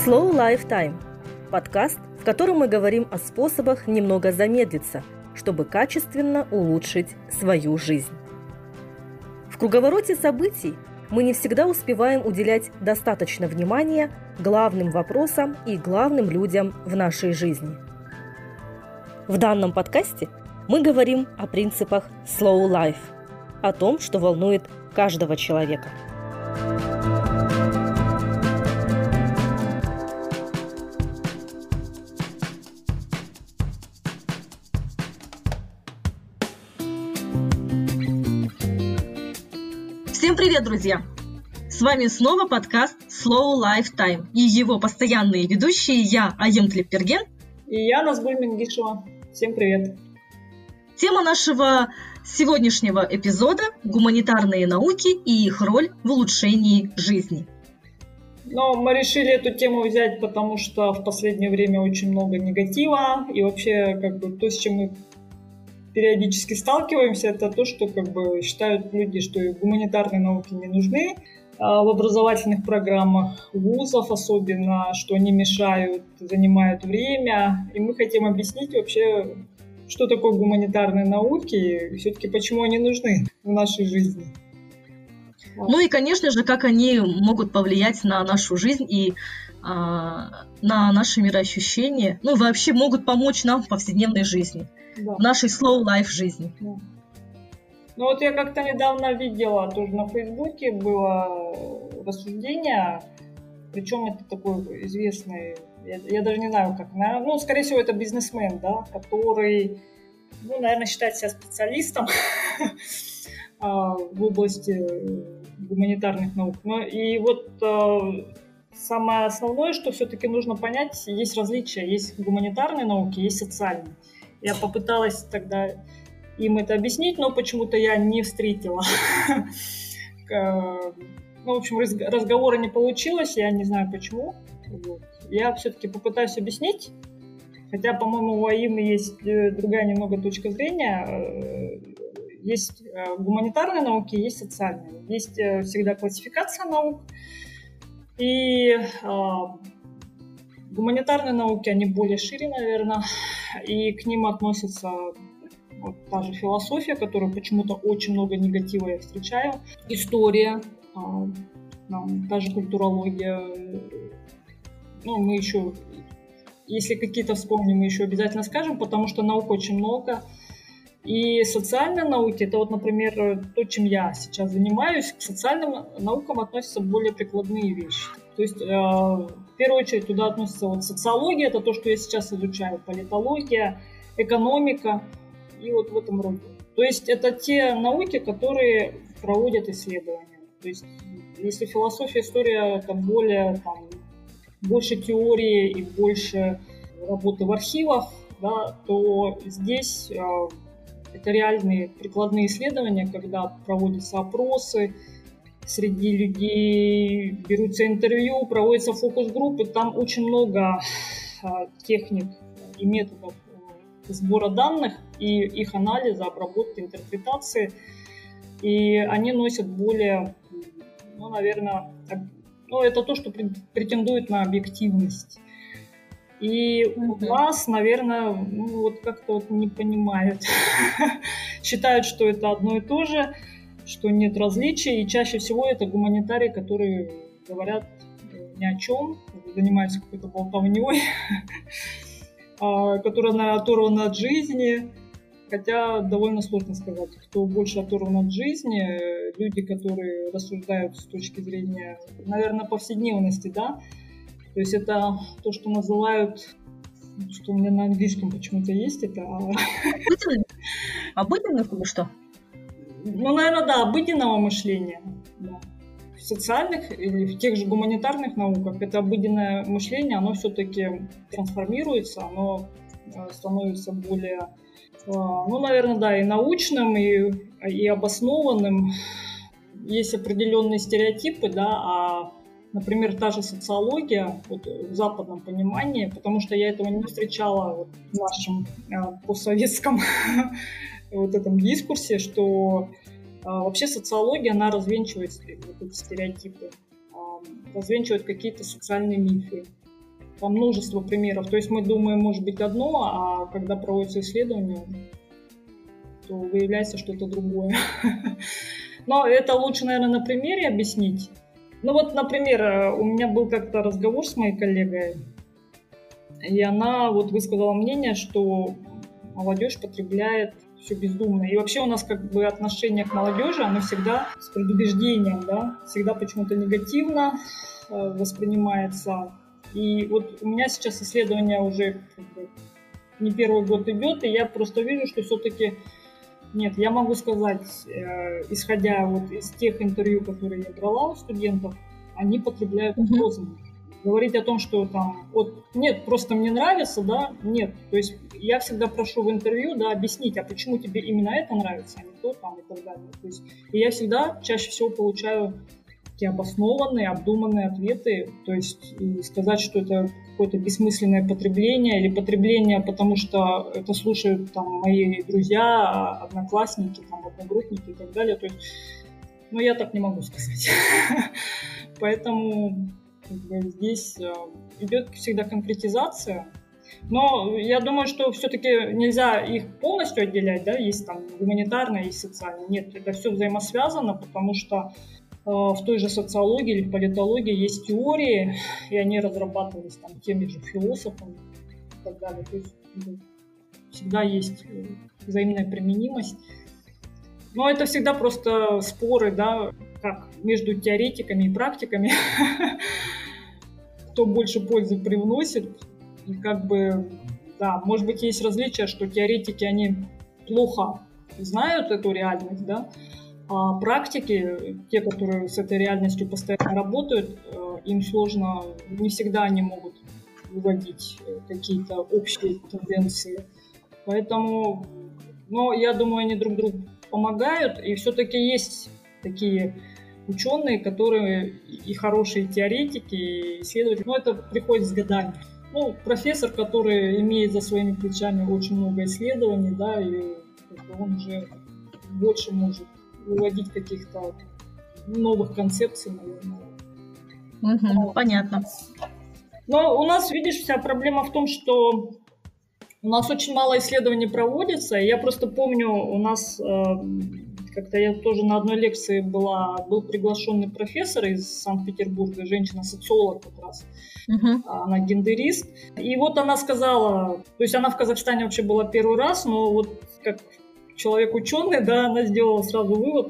Slow Lifetime – подкаст, в котором мы говорим о способах немного замедлиться, чтобы качественно улучшить свою жизнь. В круговороте событий мы не всегда успеваем уделять достаточно внимания главным вопросам и главным людям в нашей жизни. В данном подкасте мы говорим о принципах Slow Life, о том, что волнует каждого человека. Всем привет, друзья! С вами снова подкаст Slow Lifetime и его постоянные ведущие я, Айым Тлепперген, и я, Назгуль Менгишева. Всем привет! Тема нашего сегодняшнего эпизода – гуманитарные науки и их роль в улучшении жизни. Но мы решили эту тему взять, потому что в последнее время очень много негатива, и вообще то, с чем мы периодически сталкиваемся, это то, что считают люди, что и гуманитарные науки не нужны в образовательных программах вузов, особенно, что они мешают, занимают время. И мы хотим объяснить вообще, что такое гуманитарные науки и все-таки почему они нужны в нашей жизни. Ну и, конечно же, как они могут повлиять на нашу жизнь и на наши мироощущения, ну вообще могут помочь нам в повседневной жизни. Да. В нашей slow life жизни. Да. Ну вот я как-то недавно видела, тоже на Фейсбуке было рассуждение, причем это такой известный, я даже не знаю как, скорее всего это бизнесмен, да, который, наверное, считает себя специалистом в области гуманитарных наук. И вот самое основное, что все-таки нужно понять, есть различия, есть гуманитарные науки, есть социальные. Я попыталась тогда им это объяснить, но почему-то я не встретила. В общем, разговора не получилось, я не знаю почему. Я все-таки попытаюсь объяснить, хотя, по-моему, у Аимы есть другая немного точка зрения. Есть гуманитарные науки, есть социальные. Есть всегда классификация наук. И гуманитарные науки, они более шире, наверное, и к ним относится та же философия, которую почему-то очень много негатива я встречаю, история, та же культурология. Мы еще, если какие-то вспомним, мы еще обязательно скажем, потому что наук очень много. И социальные науки, это например, то, чем я сейчас занимаюсь, к социальным наукам относятся более прикладные вещи. То есть, в первую очередь, туда относится социология, это то, что я сейчас изучаю, политология, экономика и в этом роде. То есть, это те науки, которые проводят исследования. То есть, если философия, история, это больше теории и больше работы в архивах, да, то здесь это реальные прикладные исследования, когда проводятся опросы среди людей, берутся интервью, проводятся фокус-группы. Там очень много техник и методов сбора данных и их анализа, обработки, интерпретации. И они носят более, наверное, это то, что претендует на объективность. И у нас, наверное, как-то не понимают, считают, что это одно и то же, что нет различий, и чаще всего это гуманитарии, которые говорят ни о чем, занимаются какой-то болтовней, которая оторвана от жизни, хотя довольно сложно сказать, кто больше оторван от жизни, люди, которые рассуждают с точки зрения, наверное, повседневности, да. То есть это то, что называют, что у меня на английском почему-то есть, это... Обыденных или что? Наверное, да, обыденного мышления. Да. В социальных или в тех же гуманитарных науках это обыденное мышление, оно все-таки трансформируется, оно становится более, наверное, да, и научным, и обоснованным. Есть определенные стереотипы, да, например, та же социология в западном понимании, потому что я этого не встречала в нашем постсоветском этом дискурсе, что вообще социология, она развенчивает эти стереотипы, развенчивает какие-то социальные мифы. Там множество примеров. То есть мы думаем, может быть, одно, а когда проводится исследование, то выявляется что-то другое. Но это лучше, наверное, на примере объяснить. Ну вот, например, у меня был как-то разговор с моей коллегой, и она вот высказала мнение, что молодежь потребляет все бездумно. И вообще у нас как бы отношение к молодежи, оно всегда с предубеждением, да, всегда почему-то негативно воспринимается. И вот у меня сейчас исследование уже как бы не первый год идет, и я просто вижу, что все-таки нет, я могу сказать, исходя вот из тех интервью, которые я брала у студентов, они потребляют осознанно. Говорить о том, что там, вот, нет, просто мне нравится, да, нет. То есть я всегда прошу в интервью, да, объяснить, а почему тебе именно это нравится, а не то там и так далее. То есть, и я всегда чаще всего получаю такие обоснованные, обдуманные ответы. То есть и сказать, что это какое-то бессмысленное потребление или потребление, потому что это слушают там мои друзья, одноклассники, там, одногруппники и так далее. То есть, ну, я так не могу сказать. Поэтому здесь идет всегда конкретизация. Но я думаю, что все-таки нельзя их полностью отделять, да, есть там гуманитарное, есть социальное. Нет, это все взаимосвязано, потому что в той же социологии или в политологии есть теории, и они разрабатывались там теми же философами и так далее. То есть всегда есть взаимная применимость. Но это всегда просто споры, да, как между теоретиками и практиками, кто больше пользы привносит. И как бы, да, может быть, есть различия, что теоретики, они плохо знают эту реальность, да, а практики, те, которые с этой реальностью постоянно работают, им сложно, не всегда они могут выводить какие-то общие тенденции. Поэтому, но я думаю, они друг другу помогают, и все-таки есть такие ученые, которые и хорошие теоретики, и исследователи, но это приходит с годами. Ну, профессор, который имеет за своими плечами очень много исследований, да, и он уже больше может выводить каких-то новых концепций, наверное. Понятно. Но у нас, видишь, вся проблема в том, что у нас очень мало исследований проводится. Я просто помню, у нас как-то я тоже на одной лекции был приглашенный профессор из Санкт-Петербурга, женщина-социолог как раз. Она гендерист. И вот она сказала, то есть она в Казахстане вообще была первый раз, но вот как человек-ученый, да, она сделала сразу вывод,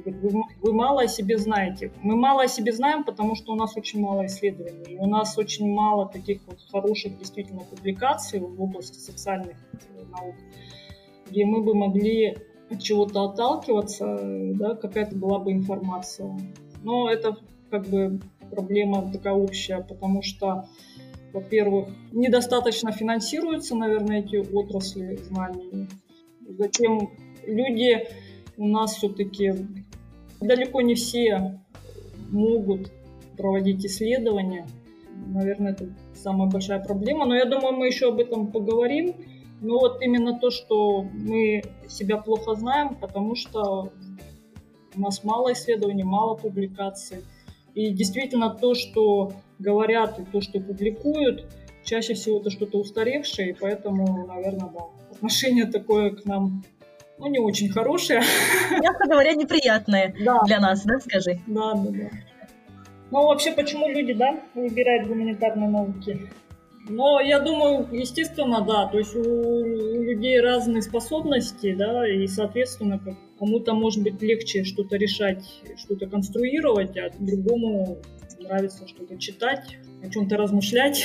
вы мало о себе знаете. Мы мало о себе знаем, потому что у нас очень мало исследований. У нас очень мало таких вот хороших действительно публикаций в области социальных наук, где мы бы могли от чего-то отталкиваться, да, какая-то была бы информация. Но это как бы проблема такая общая, потому что, во-первых, недостаточно финансируются, наверное, эти отрасли знаний. Затем люди у нас все-таки далеко не все могут проводить исследования. Наверное, это самая большая проблема. Но я думаю, мы еще об этом поговорим. Но вот именно то, что мы себя плохо знаем, потому что у нас мало исследований, мало публикаций. И действительно то, что говорят и то, что публикуют, чаще всего это что-то устаревшее, и поэтому, наверное, да, отношение такое к нам, ну, не очень хорошее. Мягко говоря, неприятное для нас, да, скажи? Да. Ну, вообще, почему люди, да, выбирают гуманитарные науки? Но я думаю, естественно, да, то есть у людей разные способности, да, и, соответственно, кому-то может быть легче что-то решать, что-то конструировать, а другому нравится что-то читать, о чем-то размышлять.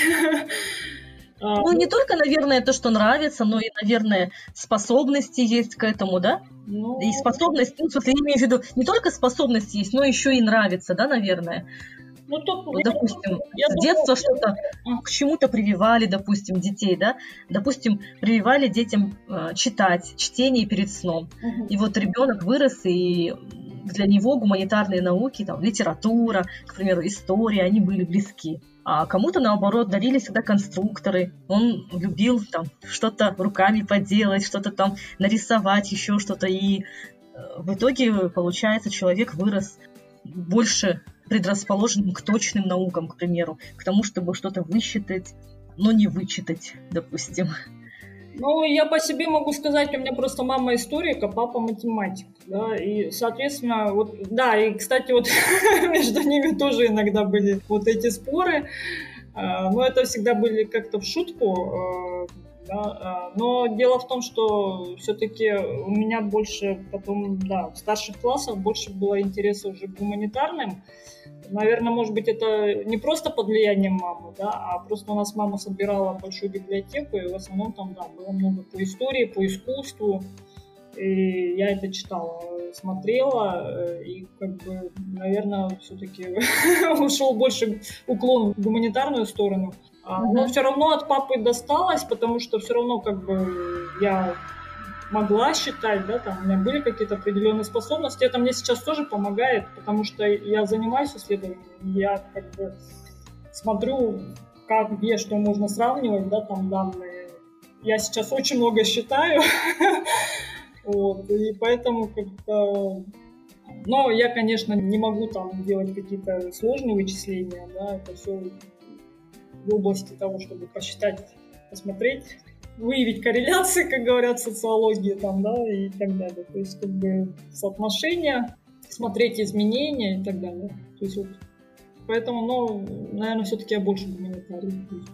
Ну, не только, наверное, то, что нравится, но и, наверное, способности есть к этому, да? Ну, и способности, ну, в смысле, я имею в виду, не только способности есть, но еще и нравится, да, наверное? Ну, допустим, с детства что-то к чему-то прививали, допустим, детей, да? Допустим, прививали детям читать, чтение перед сном. И вот ребенок вырос, и для него гуманитарные науки, там, литература, к примеру, история, они были близки. А кому-то, наоборот, дарили всегда конструкторы. Он любил там что-то руками поделать, что-то там нарисовать, еще что-то. И в итоге, получается, человек вырос больше предрасположенным к точным наукам, к примеру, к тому, чтобы что-то высчитать, но не вычитать, допустим. Ну, я по себе могу сказать, у меня просто мама историк, а папа математик, да, и, соответственно, вот, да, и, кстати, вот между ними тоже иногда были вот эти споры, но это всегда были как-то в шутку, да, но дело в том, что все-таки у меня больше потом, да, в старших классах больше было интереса уже к гуманитарным. Наверное, может быть, это не просто под влиянием мамы, да, а просто у нас мама собирала большую библиотеку, и в основном там, да, было много по истории, по искусству, и я это читала, смотрела, и как бы, наверное, все-таки ушел больше уклон в гуманитарную сторону. Но все равно от папы досталось, потому что все равно как бы я могла считать, да, там у меня были какие-то определенные способности. Это мне сейчас тоже помогает, потому что я занимаюсь исследованием, я как бы смотрю, как, где, что можно сравнивать, да, там данные. Я сейчас очень много считаю, вот, и поэтому как-то... Но я, конечно, не могу там делать какие-то сложные вычисления, да, это все в области того, чтобы посчитать, посмотреть, выявить корреляции, как говорят в социологии, там, да, и так далее. То есть, как бы, соотношения, смотреть изменения и так далее. То есть, вот, поэтому, ну, наверное, все-таки я больше гуманитарий.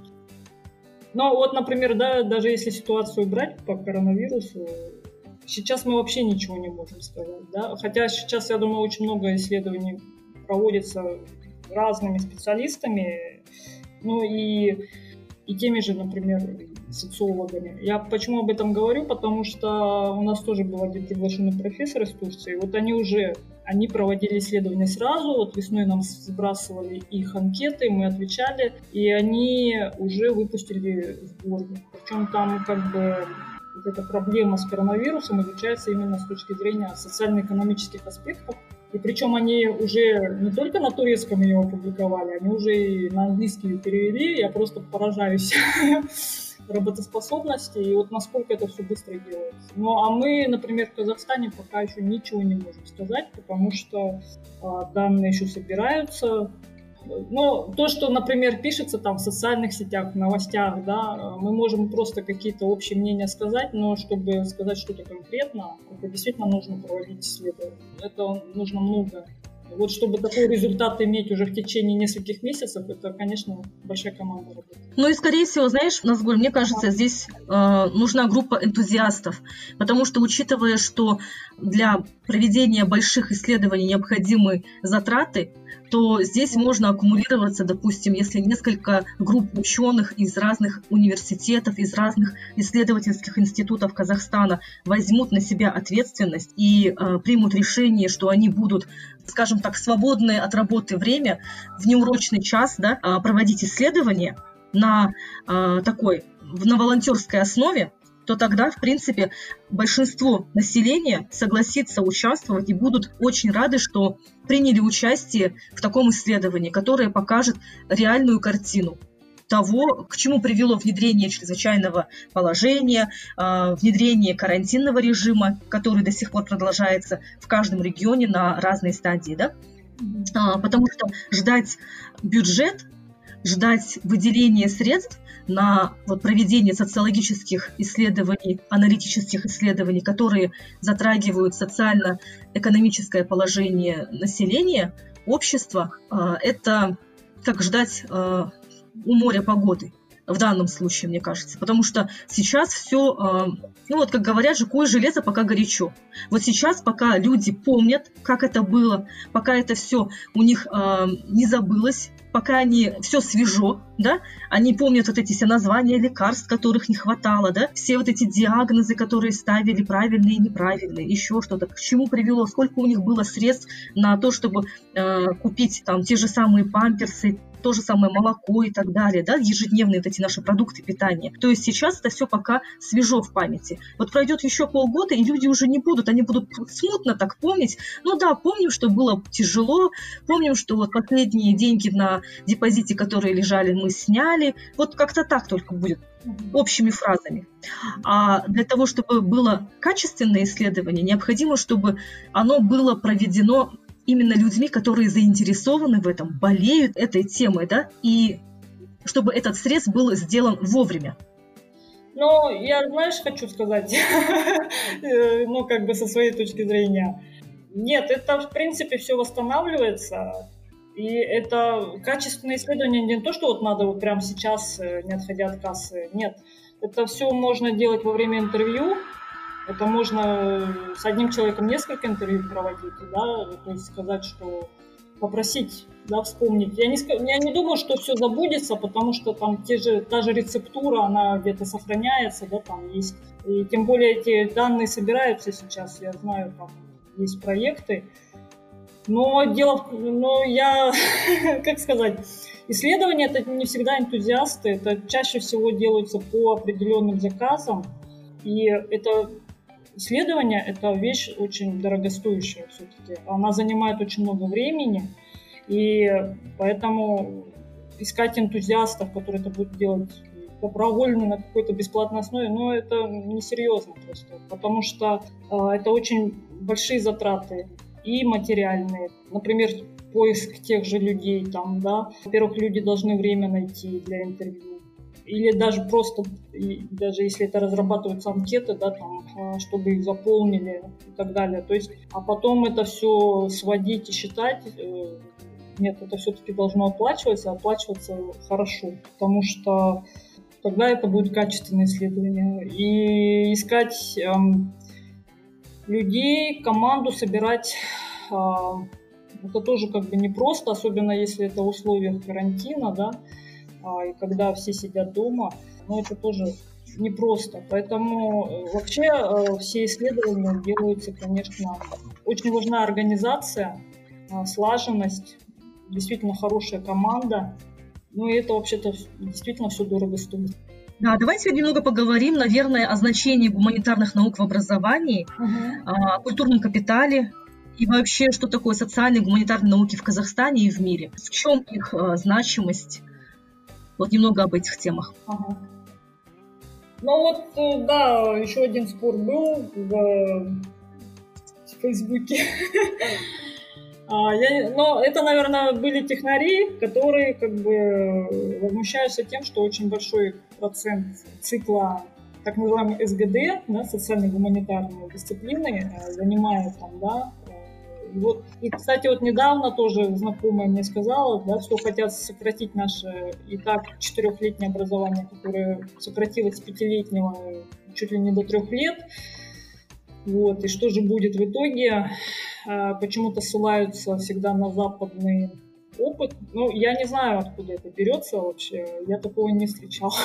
Но вот, например, да, даже если ситуацию брать по коронавирусу, сейчас мы вообще ничего не можем сказать, да. Хотя сейчас, я думаю, очень много исследований проводится разными специалистами, ну и теми же, например, социологами. Я почему об этом говорю? Потому что у нас тоже был один приглашенный профессор из Турции. Вот они проводили исследования сразу, вот весной нам сбрасывали их анкеты, мы отвечали, и они уже выпустили сборник. Причем там как бы вот эта проблема с коронавирусом изучается именно с точки зрения социально-экономических аспектов. И причем они уже не только на турецком ее опубликовали, они уже и на английский ее перевели. Я просто поражаюсь работоспособности и вот насколько это все быстро делается. Ну а мы, например, в Казахстане пока еще ничего не можем сказать, потому что данные еще собираются. Но то, что, например, пишется там в социальных сетях, в новостях, да, мы можем просто какие-то общие мнения сказать, но чтобы сказать что-то конкретно, это действительно нужно проводить исследования. Это нужно много. Вот чтобы такой результат иметь уже в течение нескольких месяцев, это, конечно, большая команда работает. Ну и, скорее всего, знаешь, Назгуль, мне кажется, здесь нужна группа энтузиастов, потому что, учитывая, что для проведения больших исследований необходимы затраты, то здесь можно аккумулироваться, допустим, если несколько групп ученых из разных университетов, из разных исследовательских институтов Казахстана возьмут на себя ответственность и примут решение, что они будут, скажем так, свободное от работы время в неурочный час, да, проводить исследования на волонтерской основе, то тогда, в принципе, большинство населения согласится участвовать и будут очень рады, что приняли участие в таком исследовании, которое покажет реальную картину того, к чему привело внедрение чрезвычайного положения, внедрение карантинного режима, который до сих пор продолжается в каждом регионе на разной стадии, да? Потому что ждать бюджет, ждать выделения средств на проведение социологических исследований, аналитических исследований, которые затрагивают социально-экономическое положение населения, общества, это как ждать у моря погоды в данном случае, мне кажется. Потому что сейчас все, как говорят же, куй железо, пока горячо. Вот сейчас, пока люди помнят, как это было, пока это все у них не забылось, пока все свежо, да, они помнят вот эти все названия лекарств, которых не хватало, да, все вот эти диагнозы, которые ставили, правильные и неправильные, еще что-то, к чему привело, сколько у них было средств на то, чтобы купить там те же самые памперсы, то же самое молоко и так далее, да, ежедневные вот эти наши продукты питания. То есть сейчас это все пока свежо в памяти. Вот пройдет еще полгода, и люди уже не будут, они будут смутно так помнить. Ну да, помним, что было тяжело, помним, что вот последние деньги на депозите, которые лежали, мы сняли. Вот как-то так только будет, общими фразами. А для того, чтобы было качественное исследование, необходимо, чтобы оно было проведено именно людьми, которые заинтересованы в этом, болеют этой темой, да, и чтобы этот срез был сделан вовремя. Ну, я, знаешь, хочу сказать, ну, как бы со своей точки зрения. Нет, это, в принципе, все восстанавливается. И это качественное исследование не то, что вот надо вот прямо сейчас, не отходя от кассы. Нет, это все можно делать во время интервью. Это можно с одним человеком несколько интервью проводить, да, то есть сказать, что попросить, да, вспомнить. Я не думаю, что все забудется, потому что там та же рецептура, она где-то сохраняется, да, там есть. И тем более эти данные собираются сейчас, я знаю, там есть проекты. Но я, как сказать, исследования это не всегда энтузиасты, это чаще всего делаются по определенным заказам, и это исследование – это вещь очень дорогостоящая все-таки. Она занимает очень много времени, и поэтому искать энтузиастов, которые это будут делать добровольно на какой-то бесплатной основе, это несерьезно просто, потому что это очень большие затраты и материальные. Например, поиск тех же людей там, да. Во-первых, люди должны время найти для интервью. Или даже просто, даже если это разрабатываются анкеты, да, там, чтобы их заполнили и так далее. То есть, а потом это все сводить и считать, нет, это все-таки должно оплачиваться хорошо, потому что тогда это будет качественное исследование. И искать людей, команду собирать, это тоже как бы непросто, особенно если это в условиях карантина, да, и когда все сидят дома, но это тоже непросто. Поэтому вообще все исследования делаются, конечно, очень важна организация, слаженность, действительно хорошая команда, ну и это вообще-то действительно все дорого стоит. Да, давайте немного поговорим, наверное, о значении гуманитарных наук в образовании, о культурном капитале и вообще, что такое социальные гуманитарные науки в Казахстане и в мире. В чем их значимость? Вот немного об этих темах. Ну вот, да, еще один спор был в Фейсбуке. Но это, наверное, были технари, которые как бы возмущаются тем, что очень большой процент цикла так называемой СГД, да, социально-гуманитарные дисциплины, занимает там, да. И, кстати, вот недавно тоже знакомая мне сказала, да, что хотят сократить наше и так 4-летнее образование, которое сократилось с 5-летнего чуть ли не до 3 лет. Вот, и что же будет в итоге? Почему-то ссылаются всегда на западный опыт. Ну, я не знаю, откуда это берется вообще. Я такого не встречала.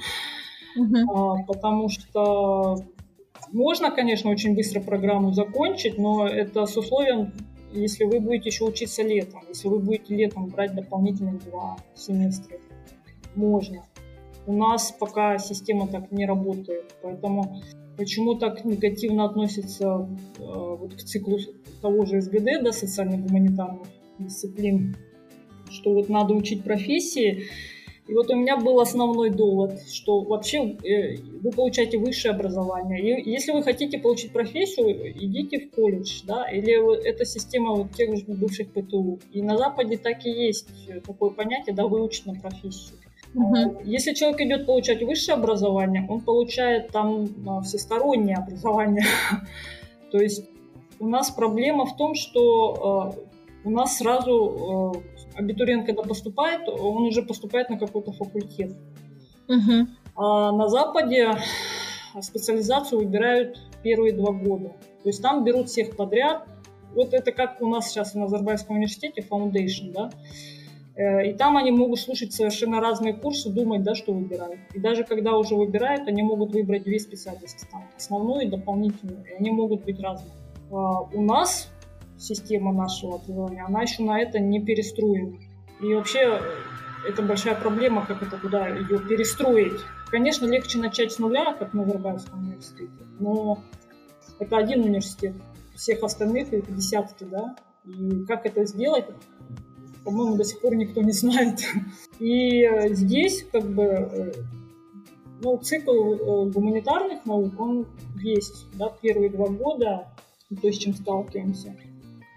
Потому что можно, конечно, очень быстро программу закончить, но это с условием, если вы будете еще учиться летом. Если вы будете летом брать дополнительные 2 семестра, можно. У нас пока система так не работает, поэтому почему так негативно относятся вот к циклу того же СГД, да, социально-гуманитарных дисциплин, что вот надо учить профессии. И вот у меня был основной довод, что вообще вы получаете высшее образование. И если вы хотите получить профессию, идите в колледж, да, или эта система вот тех же бывших ПТУ. И на Западе так и есть такое понятие, да, выучить на профессию. Если человек идет получать высшее образование, он получает там всестороннее образование. То есть у нас проблема в том, что у нас сразу абитуриент, когда поступает, он уже поступает на какой-то факультет. А на Западе специализацию выбирают первые 2 года. То есть там берут всех подряд. Вот это как у нас сейчас в Назарбаевском университете, Foundation, да. И там они могут слушать совершенно разные курсы, думать, да, что выбирают. И даже когда уже выбирают, они могут выбрать 2 специальности, там, основную и дополнительную. И они могут быть разные. У нас система нашего образования, она еще на это не перестроена. И вообще это большая проблема, как это туда ее перестроить. Конечно, легче начать с нуля, как в Назарбаевском университете, но это один университет, всех остальных их десятки, да. И как это сделать, по-моему, до сих пор никто не знает. И здесь как бы цикл гуманитарных наук, он есть, да, первые 2 года, то, с чем сталкиваемся.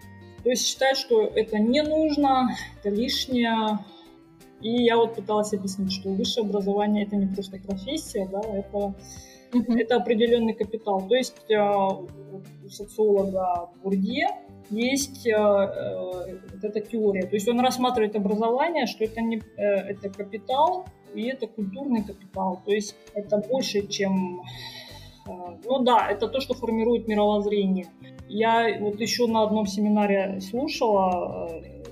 То есть считают, что это не нужно, это лишнее. И я вот пыталась объяснить, что высшее образование – это не просто профессия, да, это определенный капитал. То есть у социолога Бурдье есть вот эта теория. То есть он рассматривает образование, что это капитал, и это культурный капитал. То есть это больше, чем... это то, что формирует мировоззрение. Я вот еще на одном семинаре слушала,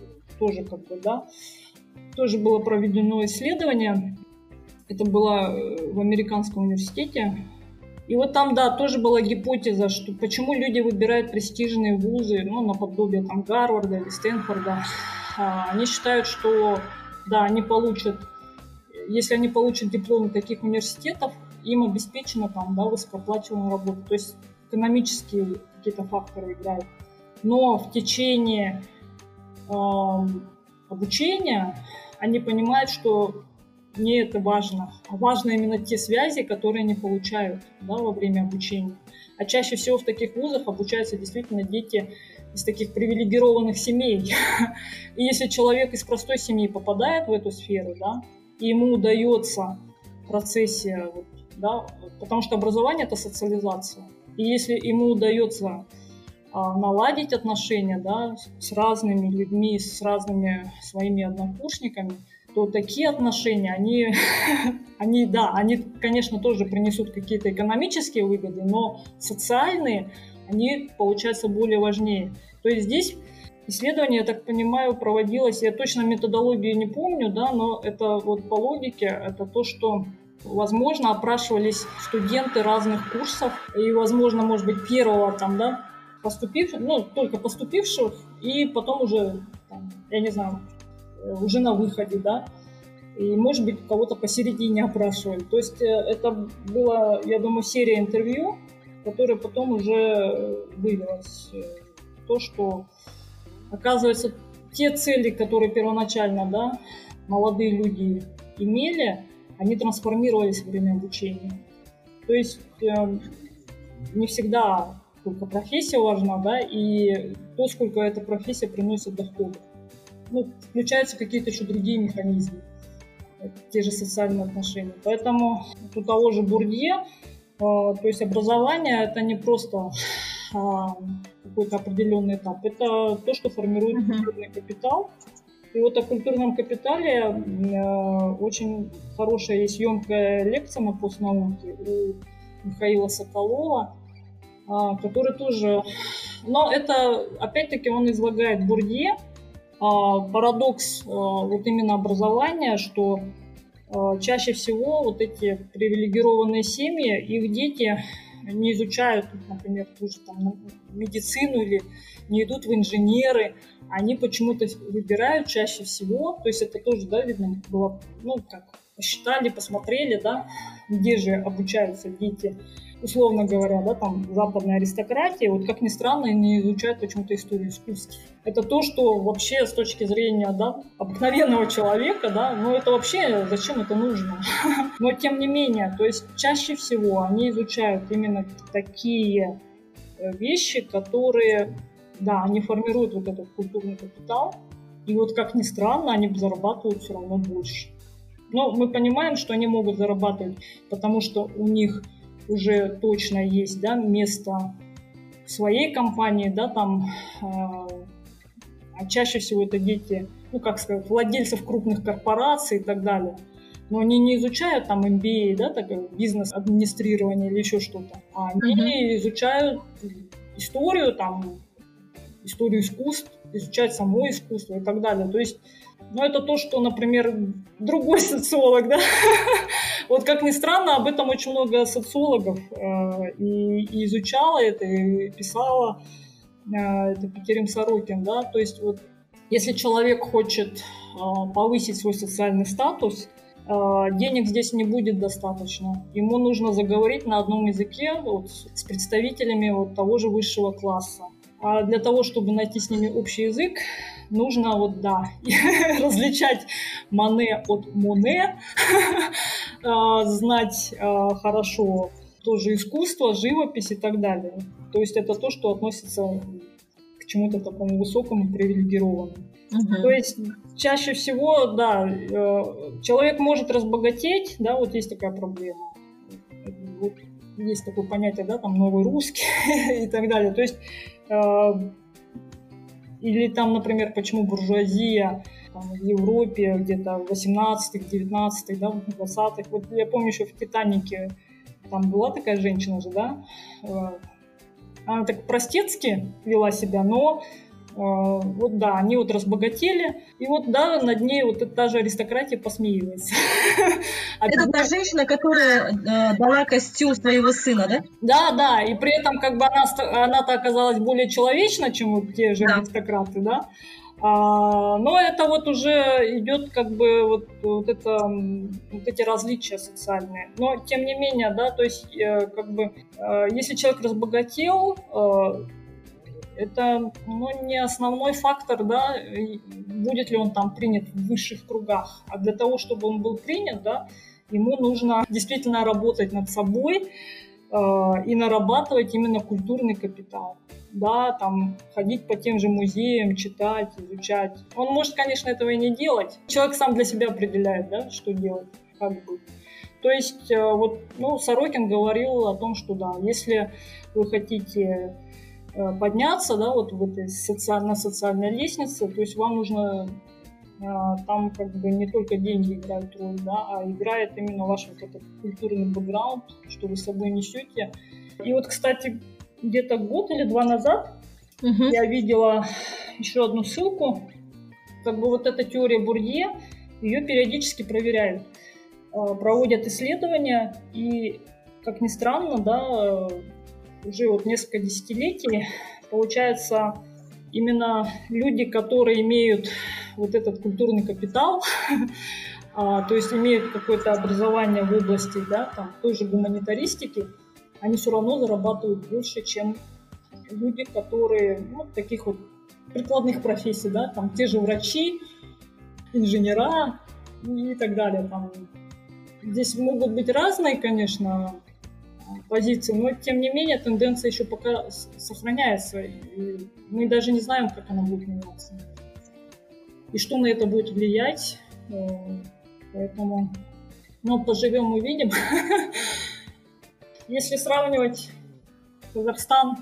тоже было проведено исследование. Это было в американском университете. И вот там, тоже была гипотеза, что почему люди выбирают престижные вузы, наподобие там Гарварда или Стэнфорда. Они считают, что, они получат, если они получат дипломы таких университетов, им обеспечена там, высокооплачиваемая работа. То есть экономические какие-то факторы играют. Но в течение обучения они понимают, что не это важно, а важно именно те связи, которые они получают во время обучения. А чаще всего в таких вузах обучаются действительно дети из таких привилегированных семей. И если человек из простой семьи попадает в эту сферу, и ему удается в процессе, потому что образование – это социализация. И если ему удается наладить отношения с разными людьми, с разными своими однокурсниками, то такие отношения, они, конечно, тоже принесут какие-то экономические выгоды, но социальные, они, получаются, более важнее. То есть здесь исследование, я так понимаю, проводилось, я точно методологию не помню, но это вот по логике, это то, что, возможно, опрашивались студенты разных курсов, и, возможно, может быть, первого только поступивших, и потом уже, я не знаю, уже на выходе, и, может быть, кого-то посередине опрашивали. То есть это была, я думаю, серия интервью, которая потом уже вылилась в то, что, оказывается, те цели, которые первоначально, молодые люди имели, они трансформировались во время обучения. То есть не всегда только профессия важна, и то, сколько эта профессия приносит дохода. Включаются какие-то еще другие механизмы, те же социальные отношения. Поэтому у того же Бурдье, то есть образование – это не просто какой-то определенный этап, это то, что формирует культурный капитал. И вот о культурном капитале очень хорошая есть емкая лекция на постнауке у Михаила Соколова, который тоже… Но это, опять-таки, он излагает Бурдье, парадокс вот именно образования, что чаще всего вот эти привилегированные семьи, их дети не изучают, например, ту же медицину или не идут в инженеры, они почему-то выбирают чаще всего, то есть это тоже, видно было, посчитали, посмотрели, где же обучаются дети, условно говоря, западной аристократии, вот как ни странно, не изучают почему-то историю искусств. Это то, что вообще с точки зрения, обыкновенного человека, это вообще зачем это нужно? Но тем не менее, то есть чаще всего они изучают именно такие вещи, которые, они формируют вот этот культурный капитал, и вот как ни странно, они зарабатывают все равно больше. Но мы понимаем, что они могут зарабатывать, потому что у них уже точно есть, место в своей компании, а чаще всего это дети, владельцев крупных корпораций и так далее. Но они не изучают MBA, бизнес-администрирование или еще что-то, а они изучают историю, историю искусств, изучают само искусство и так далее. То есть, это то, что, например, другой социолог, Вот как ни странно, об этом очень много социологов и изучала это, и писала это Петерим Сорокин, То есть вот если человек хочет повысить свой социальный статус, денег здесь не будет достаточно. Ему нужно заговорить на одном языке с представителями того же высшего класса. А для того, чтобы найти с ними общий язык, нужно различать Мане от Моне, знать хорошо тоже искусство, живопись и так далее. То есть это то, что относится к чему-то такому высокому, привилегированному. То есть чаще всего, да, человек может разбогатеть, да, вот есть такая проблема. Вот есть такое понятие, да, там новый русский и так далее. То есть, или там, например, почему буржуазия там, в Европе где-то в 18-х, 19-х, да, в 20-х. Вот я помню еще в «Титанике» там была такая женщина же, да, она так простецки вела себя, но вот да, они вот разбогатели, и вот да, над ней вот та же аристократия посмеивается. Это та женщина, которая дала костюм своего сына, да? Да, и при этом как бы она-то оказалась более человечна, чем вот те же аристократы, да. Но это вот уже идет как бы вот эти различия социальные. Но тем не менее, да, то есть как бы если человек разбогател, это не основной фактор, да, будет ли он там принят в высших кругах. А для того, чтобы он был принят, да, ему нужно действительно работать над собой и нарабатывать именно культурный капитал. Да, там ходить по тем же музеям, читать, изучать. Он может, конечно, этого и не делать. Человек сам для себя определяет, да, что делать, как быть. То есть, вот, Сорокин говорил о том, что да, если вы хотите подняться, да, вот в этой социальной лестнице, то есть вам нужно там как бы не только деньги играют роль, да, а играет именно ваш вот этот культурный бэкграунд, что вы с собой несете. И вот, кстати, где-то год или два назад я видела еще одну ссылку, как бы вот эта теория Бурдье, ее периодически проверяют, проводят исследования, и, как ни странно, да, уже вот несколько десятилетий, получается, именно люди, которые имеют вот этот культурный капитал, то есть имеют какое-то образование в области, да, там, той же гуманитаристики, они все равно зарабатывают больше, чем люди, которые, таких вот прикладных профессий, да, там, те же врачи, инженера и так далее. Там. Здесь могут быть разные, конечно, позиции, но, тем не менее, тенденция еще пока сохраняется. И мы даже не знаем, как она будет меняться. И что на это будет влиять. Поэтому, поживем, увидим. Если сравнивать Казахстан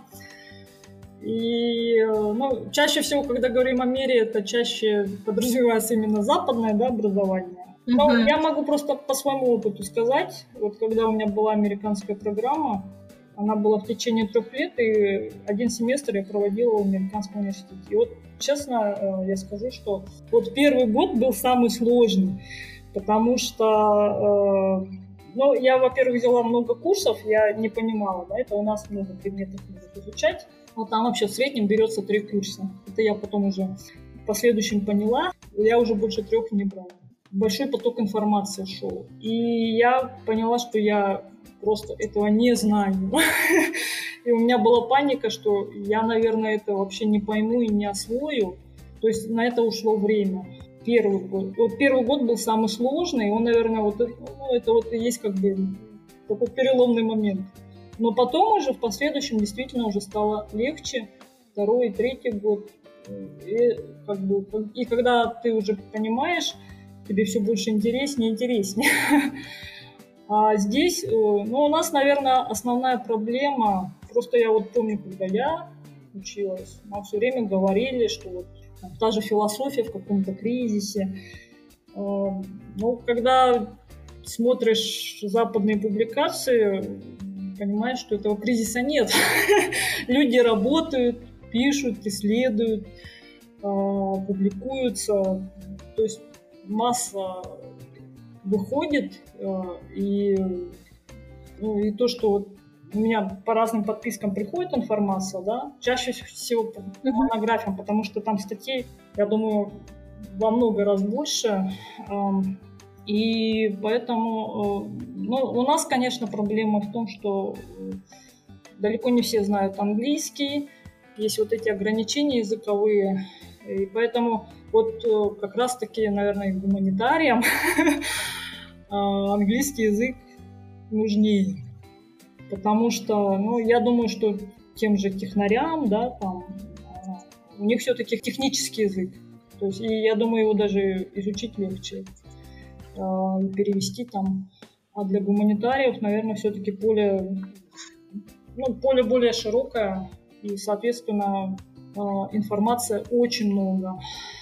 и, чаще всего, когда говорим о мире, это чаще подразумевается именно западное, да, образование. Но я могу просто по своему опыту сказать, вот когда у меня была американская программа, она была в течение 3 лет, и 1 семестр я проводила в американском университете. И вот, честно, я скажу, что вот первый год был самый сложный, потому что... я, во-первых, взяла много курсов, я не понимала, да, это у нас много предметов нужно изучать. Вот там вообще в среднем берется 3 курса. Это я потом уже в последующем поняла, я уже больше 3 не брала. Большой поток информации шел. И я поняла, что я просто этого не знаю. И у меня была паника, что я, наверное, это вообще не пойму и не освою. То есть на это ушло время. Первый год. Вот первый год был самый сложный, и он, наверное, это вот и есть как бы такой переломный момент. Но потом уже в последующем действительно уже стало легче. 2-й и 3-й год. И когда ты уже понимаешь, тебе все больше интереснее. А здесь, у нас, наверное, основная проблема, просто я вот помню, когда я училась, нам все время говорили, что вот та же философия в каком-то кризисе. Когда смотришь западные публикации, понимаешь, что этого кризиса нет. Люди работают, пишут, исследуют, публикуются. То есть масса выходит, и то, что вот у меня по разным подпискам приходит информация, да, чаще всего по монографиям, потому что там статей, я думаю, во много раз больше. И поэтому, у нас, конечно, проблема в том, что далеко не все знают английский, есть вот эти ограничения языковые, и поэтому вот как раз-таки, наверное, гуманитариям английский язык нужнее. Потому что, я думаю, что тем же технарям, да, там, у них все-таки технический язык. То есть, и я думаю, его даже изучить легче, перевести там. А для гуманитариев, наверное, все-таки поле более широкое, и, соответственно, информации очень много.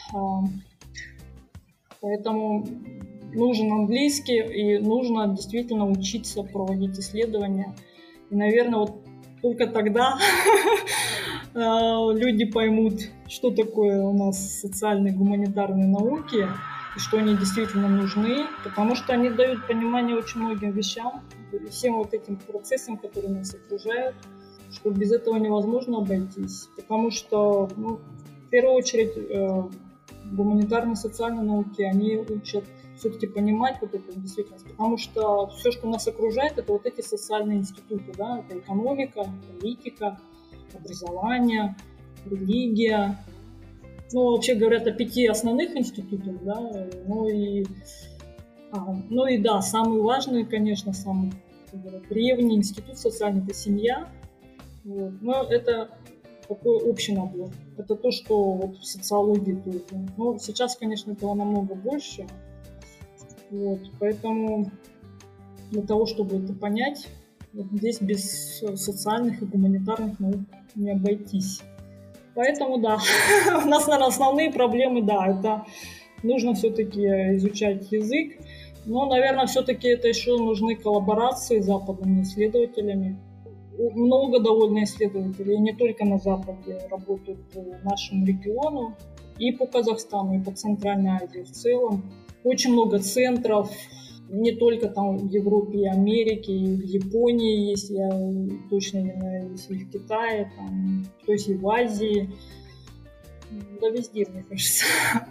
Поэтому нужен английский, и нужно действительно учиться проводить исследования. И, наверное, вот только тогда люди поймут, что такое у нас социальные гуманитарные науки, и что они действительно нужны, потому что они дают понимание очень многим вещам, всем вот этим процессам, которые нас окружают, что без этого невозможно обойтись. Потому что, в первую очередь, гуманитарные социальные науки, они учат все-таки понимать вот эту действительность, потому что все, что нас окружает, это вот эти социальные институты, да, это экономика, политика, образование, религия. Вообще говорят о 5 основных институтах, да, да, самый важный, конечно, самый древний институт социальный – это семья. Вот. Но это такой общий набор. Это то, что вот в социологии тоже. Но сейчас, конечно, этого намного больше. Вот. Поэтому для того, чтобы это понять, вот здесь без социальных и гуманитарных наук не обойтись. Поэтому, да, у нас, наверное, основные проблемы, да, это нужно все-таки изучать язык, но, наверное, все-таки это еще нужны коллаборации с западными исследователями. Много довольно исследователей, и не только на Западе, работают по нашему региону, и по Казахстану, и по Центральной Азии в целом. Очень много центров, не только там в Европе и Америке, и в Японии есть, я точно не знаю, есть и в Китае, там, то есть и в Азии, да везде, мне кажется.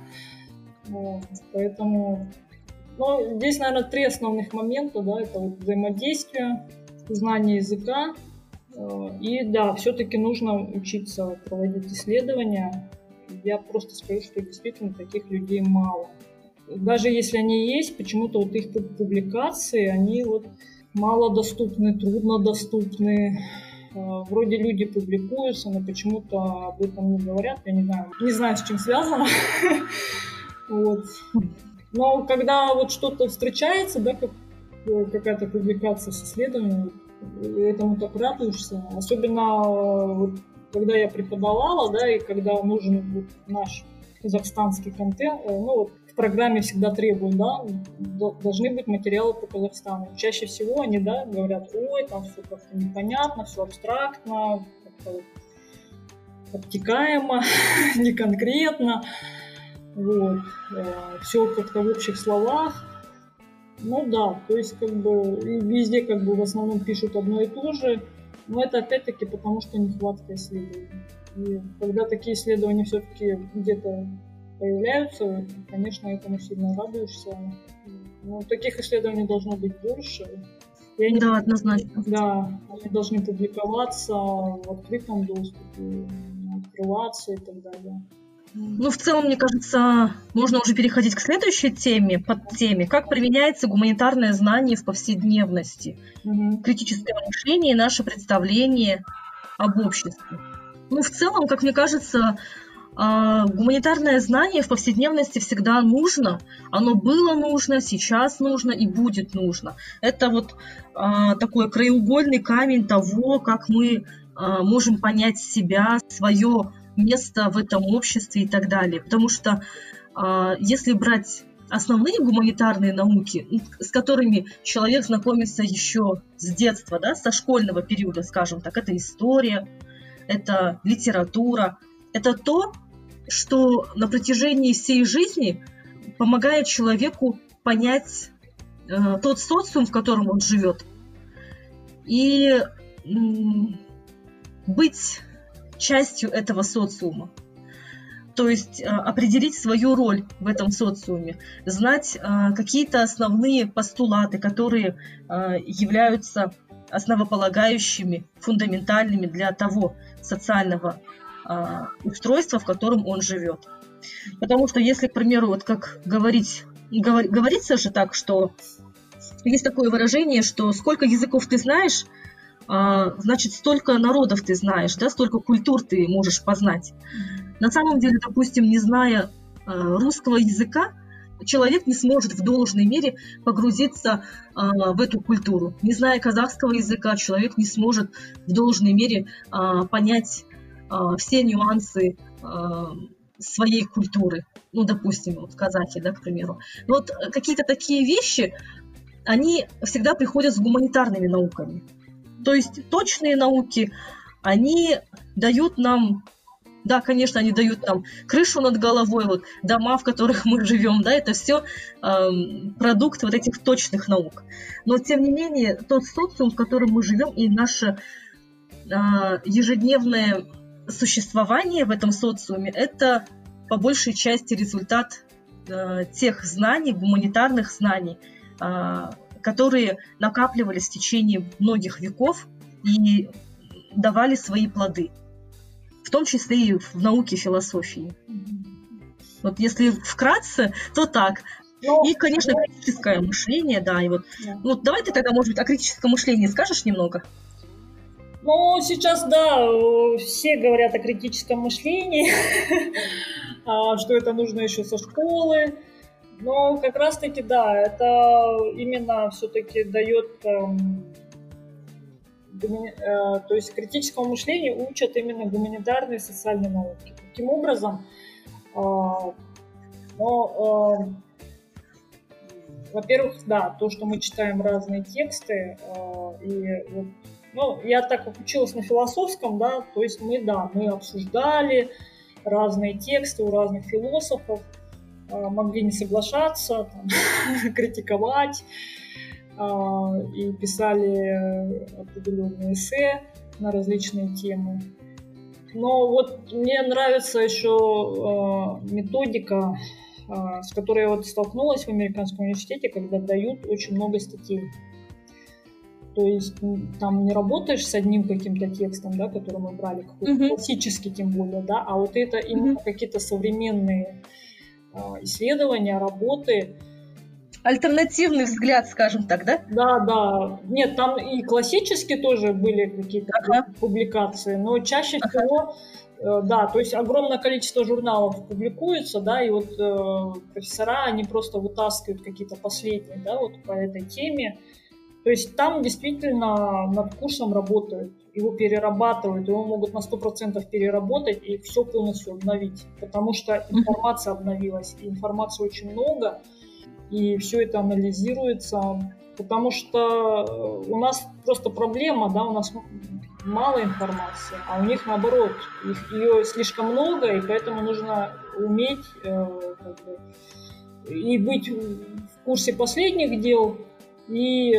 Поэтому, здесь, наверное, 3 основных момента, да, это вот взаимодействие, знание языка, и да, все-таки нужно учиться проводить исследования. Я просто скажу, что действительно таких людей мало. Даже если они есть, почему-то вот их публикации, они вот малодоступны, труднодоступны. Вроде люди публикуются, но почему-то об этом не говорят. Я не знаю, с чем связано. Вот. Но когда вот что-то встречается, да, какая-то публикация с исследованием, этому так радуешься. Особенно вот, когда я преподавала, да, и когда нужен вот наш казахстанский контент, в программе всегда требуют, да, должны быть материалы по Казахстану. Чаще всего они, да, говорят, там все как-то непонятно, все абстрактно, как-то обтекаемо, неконкретно, вот, все как-то в общих словах. Да, то есть как бы везде как бы в основном пишут одно и то же, но это опять-таки потому, что нехватка исследований. И когда такие исследования все-таки где-то появляются, конечно, этому сильно радуешься. Но таких исследований должно быть больше. Да, однозначно. Да, они должны публиковаться в открытом доступе, открываться и так далее. В целом, мне кажется, можно уже переходить к следующей теме, подтеме. Как применяется гуманитарное знание в повседневности, критическое мышление и наше представление об обществе. В целом, как мне кажется, гуманитарное знание в повседневности всегда нужно. Оно было нужно, сейчас нужно и будет нужно. Это вот такой краеугольный камень того, как мы можем понять себя, свое место в этом обществе и так далее. Потому что если брать основные гуманитарные науки, с которыми человек знакомится еще с детства, да, со школьного периода, скажем так, это история, это литература, это то, что на протяжении всей жизни помогает человеку понять тот социум, в котором он живет, и быть частью этого социума. То есть определить свою роль в этом социуме, знать какие-то основные постулаты, которые являются основополагающими, фундаментальными для того социального устройства, в котором он живет. Потому что если, к примеру, вот как говорится же так, что есть такое выражение, что сколько языков ты знаешь, значит, столько народов ты знаешь, да, столько культур ты можешь познать. На самом деле, допустим, не зная русского языка, человек не сможет в должной мере погрузиться в эту культуру. Не зная казахского языка, человек не сможет в должной мере понять все нюансы своей культуры. Ну, допустим, вот казахи, да, к примеру. Но вот какие-то такие вещи, они всегда приходят с гуманитарными науками. То есть точные науки, они дают нам... Да, конечно, они дают нам крышу над головой, вот, дома, в которых мы живем, да, это все продукт вот этих точных наук. Но, тем не менее, тот социум, в котором мы живем, и наше ежедневное существование в этом социуме, это по большей части результат тех знаний, гуманитарных знаний, которые накапливались в течение многих веков и давали свои плоды. В том числе и в науке философии. Вот если вкратце, то так. И, конечно, критическое мышление, да. И вот, вот давай ты тогда, может быть, о критическом мышлении скажешь немного? Ну, сейчас, да, все говорят о критическом мышлении, что это нужно еще со школы. Но как раз-таки, да, это именно все-таки дает... То есть критическому мышлению учат именно гуманитарные и социальные науки. Таким образом, во-первых, да, то, что мы читаем разные тексты, и вот, ну, я так как училась на философском, да, то есть мы обсуждали разные тексты у разных философов, могли не соглашаться, там, критиковать, и писали определенные эссе на различные темы. Но вот мне нравится еще методика, с которой я вот столкнулась в американском университете, когда дают очень много статей. То есть там не работаешь с одним каким-то текстом, да, который мы брали, какой-то классический тем более, да, а вот это именно какие-то современные исследования, работы. Альтернативный взгляд, скажем так, да? Да, да. Нет, там и классические тоже были какие-то публикации, но чаще всего, да, то есть огромное количество журналов публикуется, да, и вот профессора, они просто вытаскивают какие-то последние, да, вот по этой теме. То есть там действительно над курсом работают, его перерабатывают, его могут на 100% переработать и все полностью обновить, потому что информация обновилась, и информации очень много, и все это анализируется, потому что у нас просто проблема, да, у нас мало информации, а у них наоборот, ее слишком много, и поэтому нужно уметь и быть в курсе последних дел, и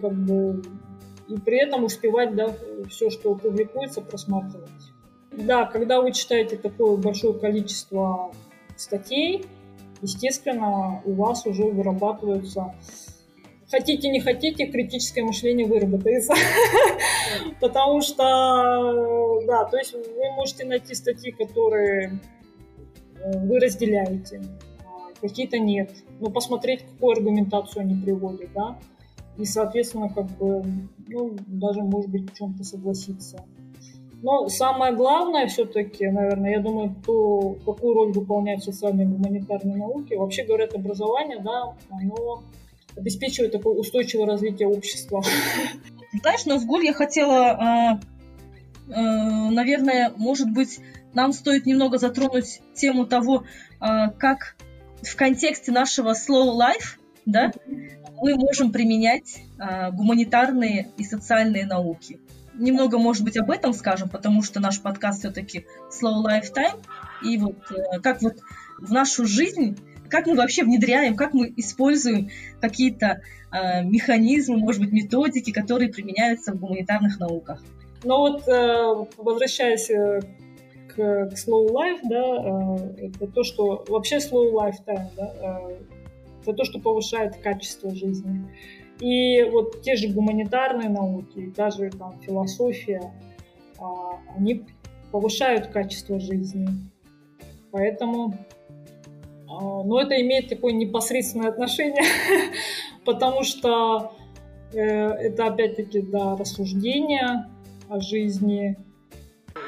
и при этом успевать, да, все, что публикуется, просматривать. Да, когда вы читаете такое большое количество статей, естественно, у вас уже вырабатываются, хотите не хотите, критическое мышление выработается. Потому что, да, то есть вы можете найти статьи, которые вы разделяете, какие-то нет. Но посмотреть, какую аргументацию они приводят, да, и, соответственно, даже, может быть, в чем-то согласиться. Но самое главное все-таки, наверное, я думаю, то, какую роль выполняют социальные и гуманитарные науки. Вообще, говорят, образование, да, оно обеспечивает такое устойчивое развитие общества. Знаешь, Назгуль, я хотела, наверное, может быть, нам стоит немного затронуть тему того, как в контексте нашего slow life, да, мы можем применять гуманитарные и социальные науки. Немного, может быть, об этом скажем, потому что наш подкаст все-таки Slow Lifetime. И вот как вот в нашу жизнь, как мы вообще внедряем, как мы используем какие-то механизмы, может быть, методики, которые применяются в гуманитарных науках. Ну вот, возвращаясь к Slow Life, да, это то, что вообще Slow Lifetime, да, это то, что повышает качество жизни. И вот те же гуманитарные науки, даже там философия, они повышают качество жизни. Поэтому, но это имеет такое непосредственное отношение, потому что это опять-таки, да, рассуждение о жизни.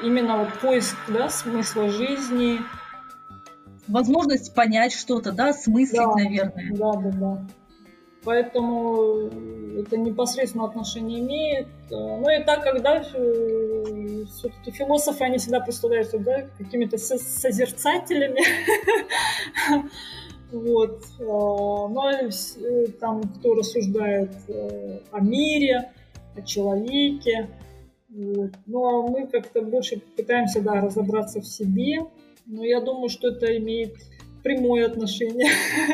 именно вот поиск, да, смысла жизни. Возможность понять что-то, да, смыслить, Да, наверное. Да. Поэтому это непосредственно отношение имеет. Ну и так, когда все-таки философы, они всегда представляются, да, какими-то созерцателями. Вот. Но там кто рассуждает о мире, о человеке. Вот. Ну а мы как-то больше пытаемся, да, разобраться в себе. Но я думаю, что это имеет прямое отношение.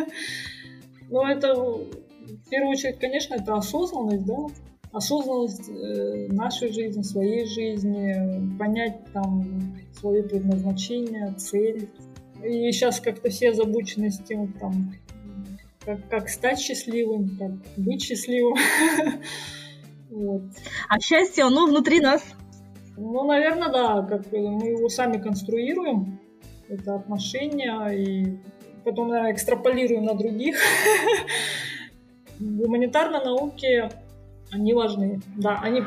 Но это, в первую очередь, конечно, это осознанность, да? Осознанность нашей жизни, своей жизни, понять там свое предназначение, цель. И сейчас как-то все озабочены с тем, там, как стать счастливым, как быть счастливым. Вот. А счастье, оно внутри нас. Ну, наверное, да, как мы его сами конструируем, это отношения, и потом, наверное, экстраполируем на других. Гуманитарные науки, они важны. Да, они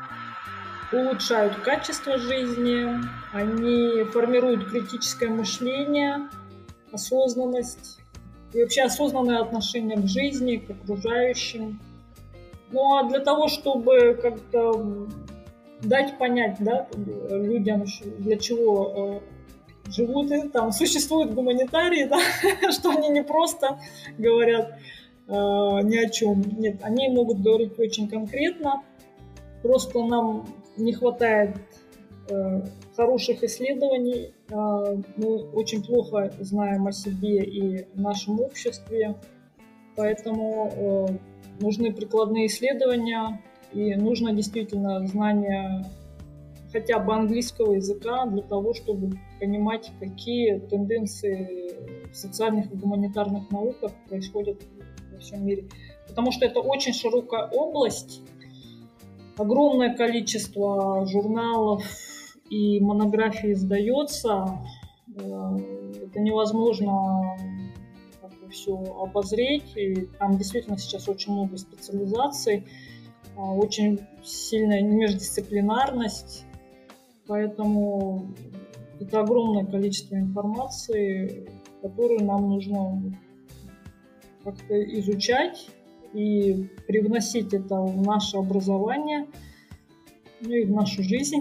улучшают качество жизни, они формируют критическое мышление, осознанность и вообще осознанное отношение к жизни, к окружающим. Ну а для того, чтобы как-то дать понять, да, людям, для чего живут, там существуют гуманитарии, да, что они не просто говорят ни о чем. Нет, они могут говорить очень конкретно. Просто нам не хватает хороших исследований. Мы очень плохо знаем о себе и нашем обществе. Поэтому нужны прикладные исследования, и нужно действительно знание хотя бы английского языка для того, чтобы понимать, какие тенденции в социальных и гуманитарных науках происходят во всем мире. Потому что это очень широкая область, огромное количество журналов и монографий издается. Это невозможно все обозреть. И там действительно сейчас очень много специализаций, очень сильная междисциплинарность. Поэтому это огромное количество информации, которую нам нужно как-то изучать и привносить это в наше образование, ну и в нашу жизнь.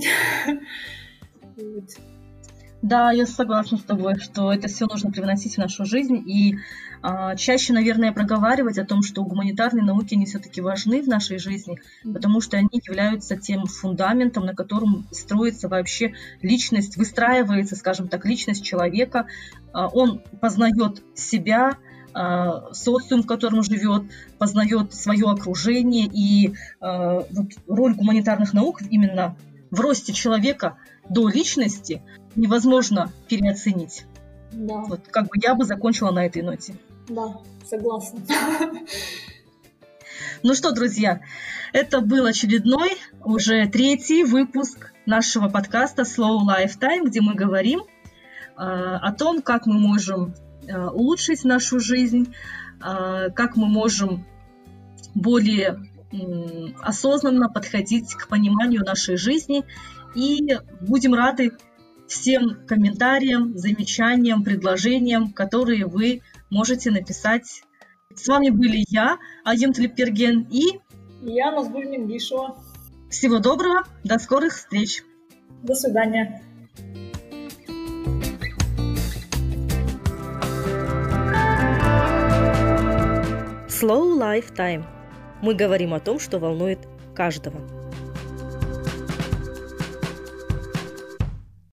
Да, я согласна с тобой, что это все нужно привносить в нашу жизнь и чаще, наверное, проговаривать о том, что гуманитарные науки, они все-таки важны в нашей жизни, потому что они являются тем фундаментом, на котором строится вообще личность, выстраивается, скажем так, личность человека. Он познает себя, социум, в котором живет, познает свое окружение, и вот роль гуманитарных наук именно в росте человека до личности невозможно переоценить. Да. Вот как бы я бы закончила на этой ноте. Да, согласна. Ну что, друзья, это был очередной, уже 3-й выпуск нашего подкаста Slow Lifetime, где мы говорим о том, как мы можем улучшить нашу жизнь, как мы можем более осознанно подходить к пониманию нашей жизни. И будем рады всем комментариям, замечаниям, предложениям, которые вы можете написать. С вами были я, Айым Тлепперген, и я, Назгуль Мингишева. Всего доброго, до скорых встреч. До свидания. Slow Lifetime. Мы говорим о том, что волнует каждого.